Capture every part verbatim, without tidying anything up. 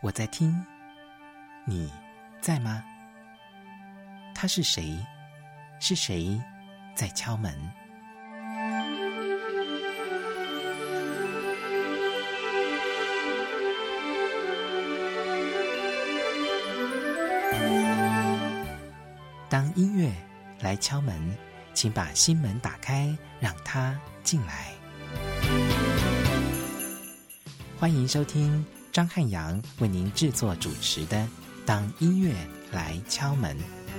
我在听，你在吗？他是谁？是谁在敲门？当音乐来敲门，请把心门打开，让它进来。欢迎收听张汉阳为您制作主持的《当音乐来敲门》。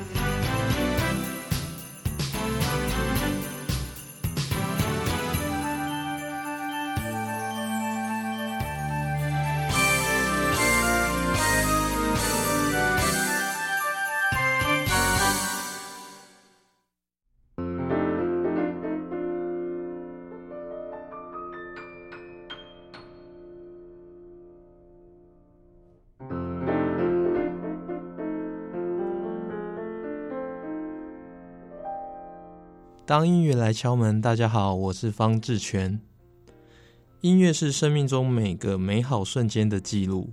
当音乐来敲门，大家好，我是方志全。音乐是生命中每个美好瞬间的记录。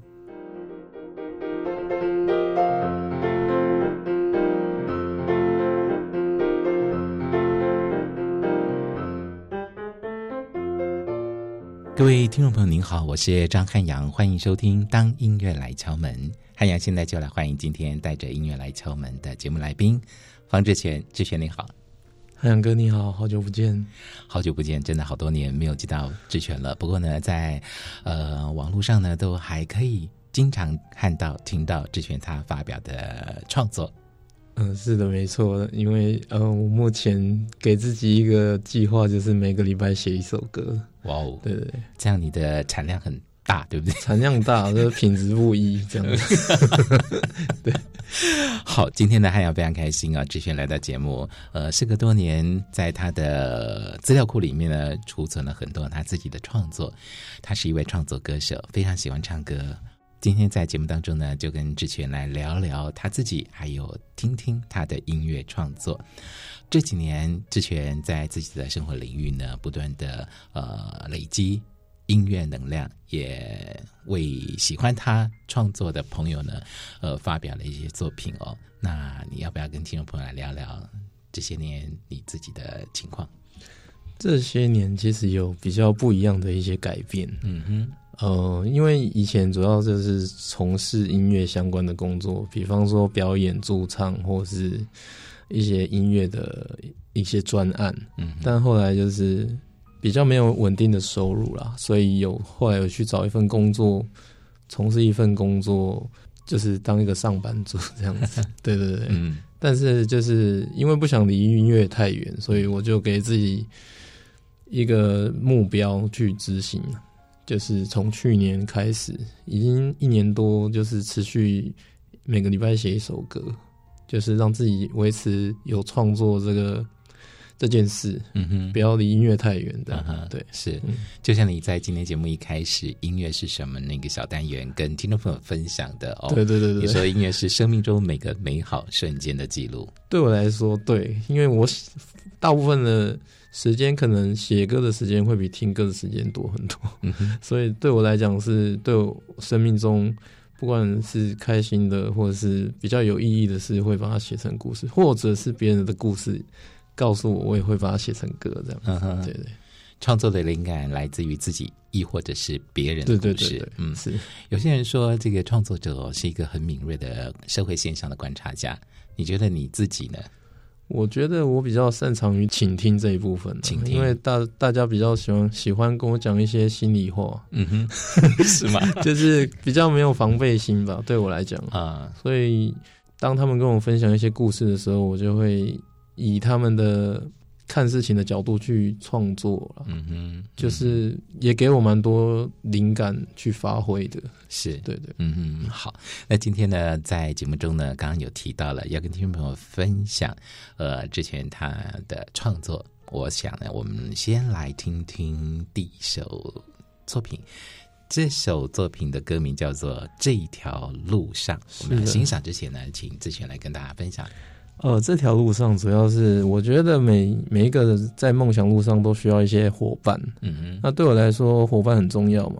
各位听众朋友您好，我是张汉阳，欢迎收听当音乐来敲门。汉阳现在就来欢迎今天带着音乐来敲门的节目来宾方志全。志全你好。 汉阳哥你好，好久不见。 好久不见，真的好多年没有见到志全了。不过呢，在呃网络上呢，都还可以经常看到、听到志全他发表的创作。 嗯，是的，没错。因为呃，我目前给自己一个计划，就是每个礼拜写一首歌。 哇哦， 对对对， 这样你的产量很大，对不对？ 产量大，这品质不一，这样子。对。 好，今天呢汉阳非常开心啊，志全来到节目。呃，事隔多年，在他的资料库里面呢，储存了很多他自己的创作。他是一位创作歌手，非常喜欢唱歌。今天在节目当中呢，就跟志全来聊聊他自己，还有听听他的音乐创作。这几年，志全在自己的生活领域呢，不断的呃累积音乐能量，也为喜欢他创作的朋友呢，呃，发表了一些作品哦。那你要不要跟听众朋友来聊聊这些年你自己的情况？ 这些年其实有比较不一样的一些改变。 嗯哼， 呃，因为以前主要就是从事音乐相关的工作，比方说表演、驻唱，或是一些音乐的一些专案。嗯，但后来就是比较没有稳定的收入啦，所以有后来有去找一份工作，从事一份工作，就是当一个上班族这样子。对对对，嗯。但是就是因为不想离音乐太远，所以我就给自己一个目标去执行，就是从去年开始，已经一年多，就是持续每个礼拜写一首歌，就是让自己维持有创作这个这件事，嗯哼，不要离音乐太远的。嗯、对， 是、嗯，就像你在今天节目一开始，音乐是什么那个小单元跟听众朋友分享的哦。 对对对对， 你说音乐是生命中每个美好瞬间的记录。 对我来说，对，因为我大部分的时间可能写歌的时间会比听歌的时间多很多，嗯哼，所以对我来讲是对我生命中不管是开心的或者是比较有意义的事，会把它写成故事，或者是别人的故事告诉我，我也会把它写成歌这样子。嗯哼，对对， 创作的灵感来自于自己，亦或者是别人的故事。对对对对，嗯，是。有些人说，这个创作者是一个很敏锐的社会现象的观察家。你觉得你自己呢？ 我觉得我比较擅长于倾听这一部分，倾听，因为大大家比较喜欢喜欢跟我讲一些心里话。嗯哼，是吗？就是比较没有防备心吧，对我来讲啊。所以当他们跟我分享一些故事的时候，我就会以他们的看事情的角度去创作了。嗯哼，就是也给我蛮多灵感去发挥的。 是， 对对， 嗯哼，好。那今天呢，在节目中呢，刚刚有提到了要跟听众朋友分享，呃，志全他的创作。我想呢，我们先来听听第一首作品。这首作品的歌名叫做《这条路上》。我们来欣赏之前呢，请志全来跟大家分享。 呃，这条路上主要是我觉得每每一个在梦想路上都需要一些伙伴。嗯嗯，那对我来说，伙伴很重要嘛。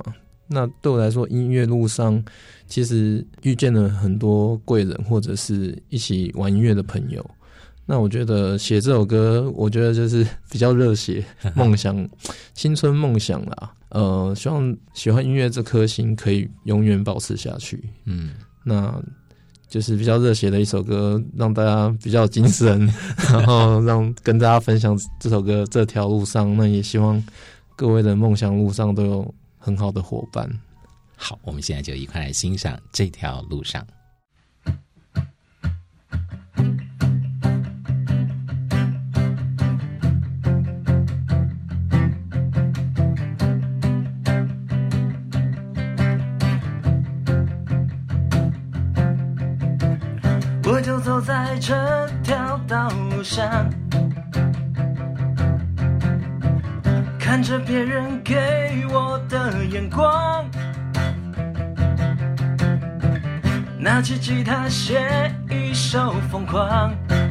那对我来说，音乐路上其实遇见了很多贵人，或者是一起玩音乐的朋友。那我觉得写这首歌，我觉得就是比较热血，梦想，青春梦想啦。呃，希望喜欢音乐这颗心可以永远保持下去。嗯，那就是比较热血的一首歌，让大家比较精神，然后让跟大家分享这首歌这条路上。那也希望各位的梦想路上都有很好的伙伴。 好，我们现在就一块来欣赏这条路上。 我就走在这条道路上，看着别人给我的眼光，拿起吉他写一首疯狂。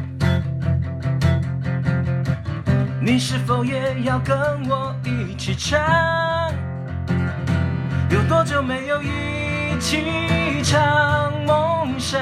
你是否也要跟我一起唱？有多久没有一起唱梦想？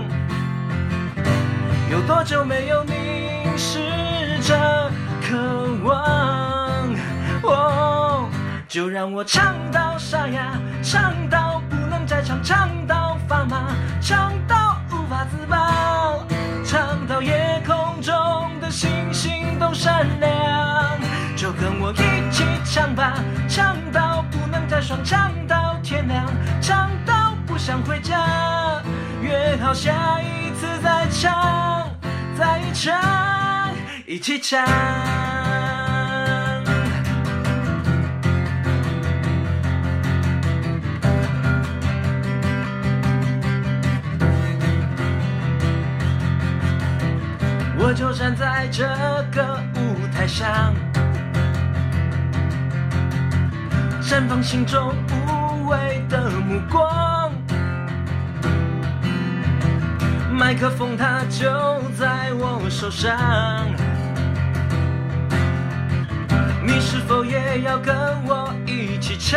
有多久没有凝视着渴望？哦，就让我唱到沙哑，唱到不能再唱，唱到发麻，唱到无法自拔，唱到夜空中的星星都闪亮。就跟我一起唱吧，唱到不能再爽，唱到天亮，唱到不想回家。约好下一次再唱，再唱，一起唱。我就站在这个舞台上，绽放心中无畏的目光。麦克风它就在我手上，你是否也要跟我一起唱？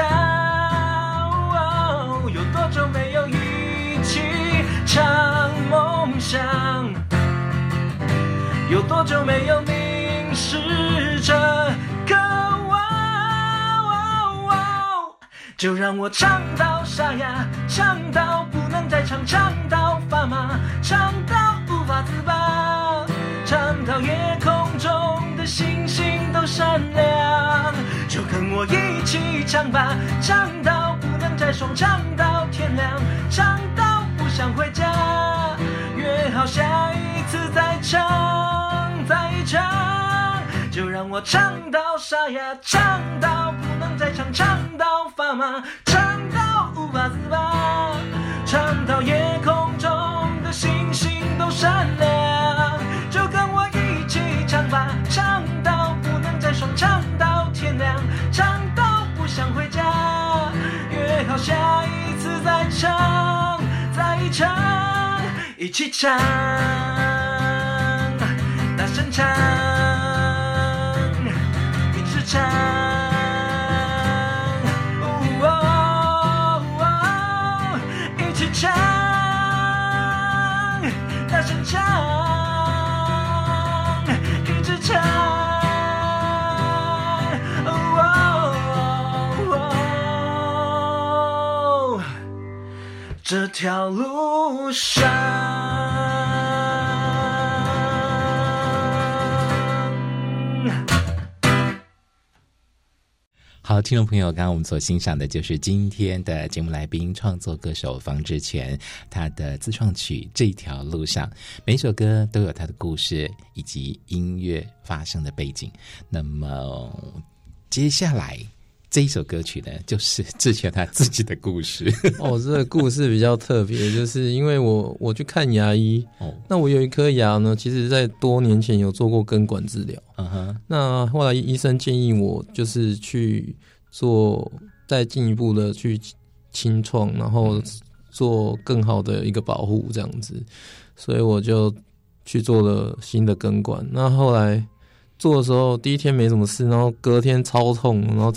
哦，有多久没有一起唱梦想？有多久没有凝视着渴望？就让我唱到沙哑，唱到不能再唱，唱到发麻，唱到无法自拔，唱到夜空中的星星都闪亮。就跟我一起唱吧，唱到不能再爽，唱到天亮，唱到不想回家。约好下一次再唱，再唱，就让我唱到沙哑，唱到不能再唱，唱到发麻，唱到无法自拔，唱到夜空中的星星都闪亮。就跟我一起唱吧，唱到不能再爽，唱到天亮，唱到不想回家。约好下一次再唱，再唱，一起唱，大声唱，一直唱，哦哦哦，一起唱，大声唱，一直唱，哦哦哦，这条路上。 好，听众朋友，刚刚我们所欣赏的就是今天的节目来宾，创作歌手方志全，他的自创曲《这条路上》，每一首歌都有他的故事以及音乐发生的背景。那么接下来这一首歌曲呢，就是志全他自己的故事。 哦，这个故事比较特别，就是因为我我去看牙医，哦，那我有一颗牙呢，其实在多年前有做过根管治疗，嗯哼，那后来医生建议我就是去做再进一步的去清创，然后做更好的一个保护这样子，所以我就去做了新的根管。那后来做的时候，第一天没什么事，然后隔天超痛，然后整个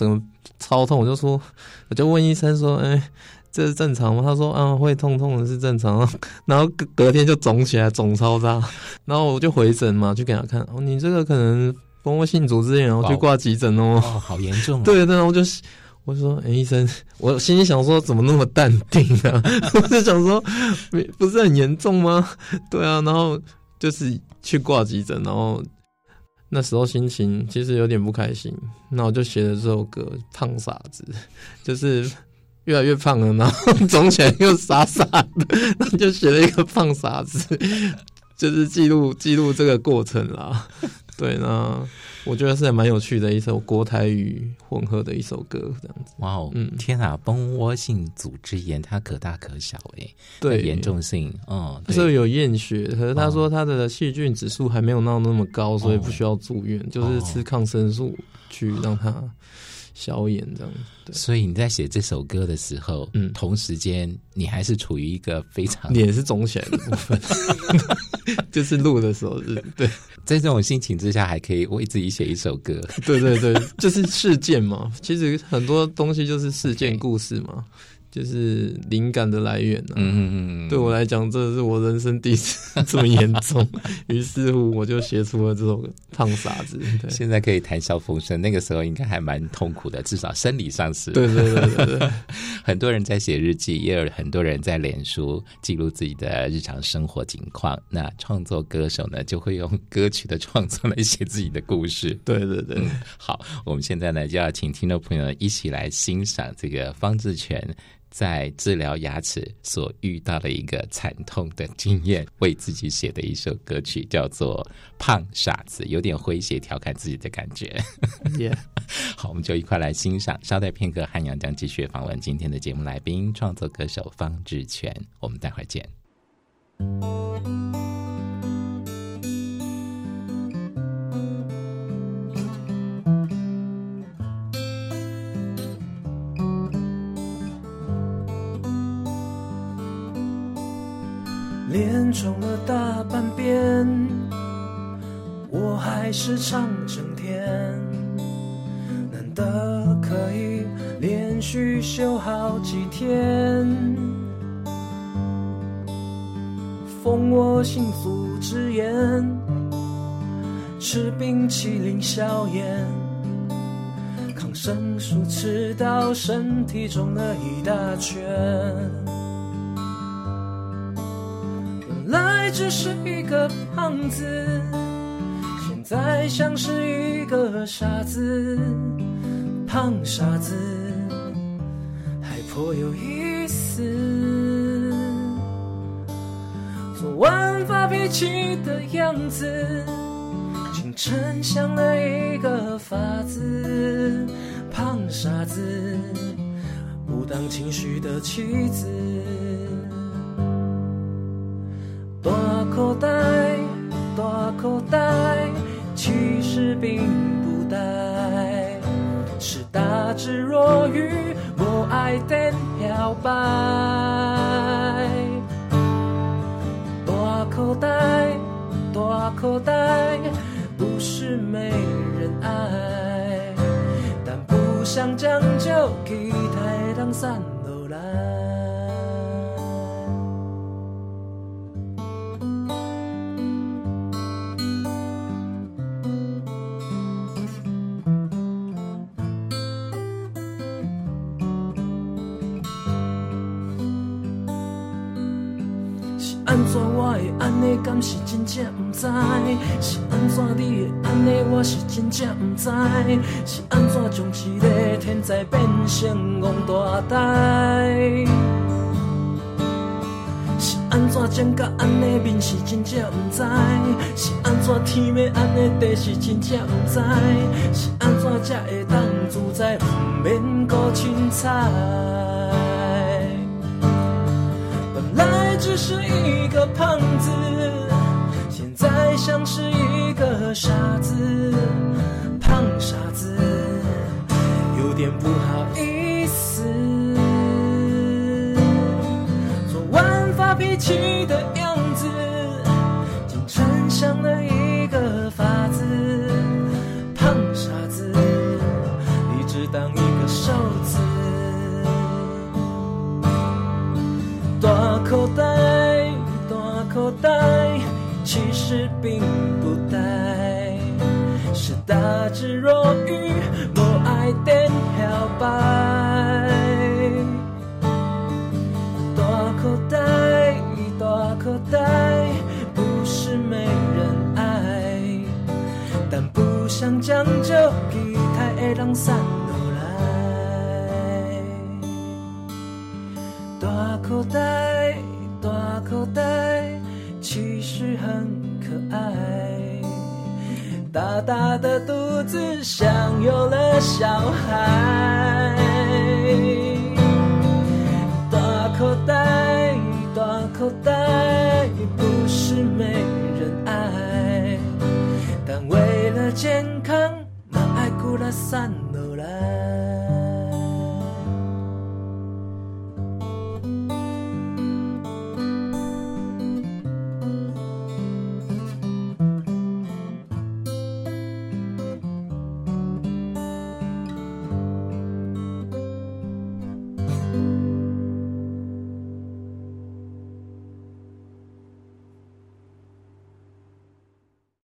超痛，我就说，我就问医生说，哎、欸，这是正常吗？他说啊，会痛痛的是正常，然后隔隔天就肿起来，肿超大，然后我就回诊嘛，去给他看，哦，你这个可能蜂窝性组织炎，然后去挂急诊哦， 哦，好严重、啊， 对，然后我就。我就说，哎、欸，医生，我心里想说，怎么那么淡定啊？我就想说，不是很严重吗？对啊，然后就是去挂急诊，然后那时候心情其实有点不开心，那我就写了这首歌《胖傻子》，就是越来越胖了，然后肿起来又傻傻的，就写了一个胖傻子，就是记录记录这个过程啦。对，那我觉得是还蛮有趣的一首国台语混合的一首歌，这样子。 哇哦，嗯，天啊，蜂窝性组织炎它可大可小哎、欸， 对， 严重性，哦， 是有验血，可是他说他的细菌指数还没有到那么高，哦、所以不需要住院，哦、就是吃抗生素去让它消炎这样子。 所以你在写这首歌的时候，嗯，同时间你还是处于一个非常脸是肿起来的部分，就是录的时候是对， 在这种心情之下还可以为自己写一首歌， 对对对，就是事件嘛，其实很多东西就是事件故事嘛。就是灵感的来源啊，嗯嗯嗯，对我来讲，这是我人生第一次这么严重，于是乎我就写出了这首胖傻子。对， 现在可以谈笑风生，那个时候应该还蛮痛苦的，至少生理上是。 对对对对对， 很多人在写日记，也有很多人在脸书记录自己的日常生活情况。那创作歌手呢，就会用歌曲的创作来写自己的故事。 对对对、嗯， 好，我们现在呢就要请听众朋友一起来欣赏这个方志全在治疗牙齿所遇到的一个惨痛的经验，为自己写的一首歌曲，叫做《胖傻子》，有点诙谐调侃自己的感觉。 Yeah. 好，我们就一块来欣赏。稍待片刻，汉阳将继续访问今天的节目来宾，创作歌手方志全。我们待会儿见。 脸肿了大半边，我还是唱整天，难得可以连续休好几天。蜂窝性组织炎，吃冰淇淋消炎，抗生素吃到身体肿了一大圈。来只是一个胖子，现在像是一个傻子，胖傻子还颇有意思。昨晚发脾气的样子，清晨想了一个法子，胖傻子不当情绪的棋子。大口袋，大口袋，其实并不大，是大智若愚，无爱电摇摆。大口袋，大口袋，不是没人爱，但不想将就，期待人散落来。安怎我会安尼，敢是真正不知？是安怎你会安尼，我是真正不知。是安怎将一个天才变成戆大呆？是安怎种到安尼面，是真正不知。是安怎天要安尼地，是真正不知。是安怎才会当自在，不免顾凊彩。只是一个胖子，现在像是一个傻子，胖傻子有点不好意思。昨晚发脾气的样子，清晨想了一个法子，胖傻子，你只当一个傻大智若愚，无爱电摇摆。大口袋，大口袋，不是没人爱，但不想将就，期待会人散落来。大口袋，大口袋，其实很可爱。大大的肚子像有了小孩。大口袋，大口袋，不是没人爱，但为了健康，嘛爱顾了散落来。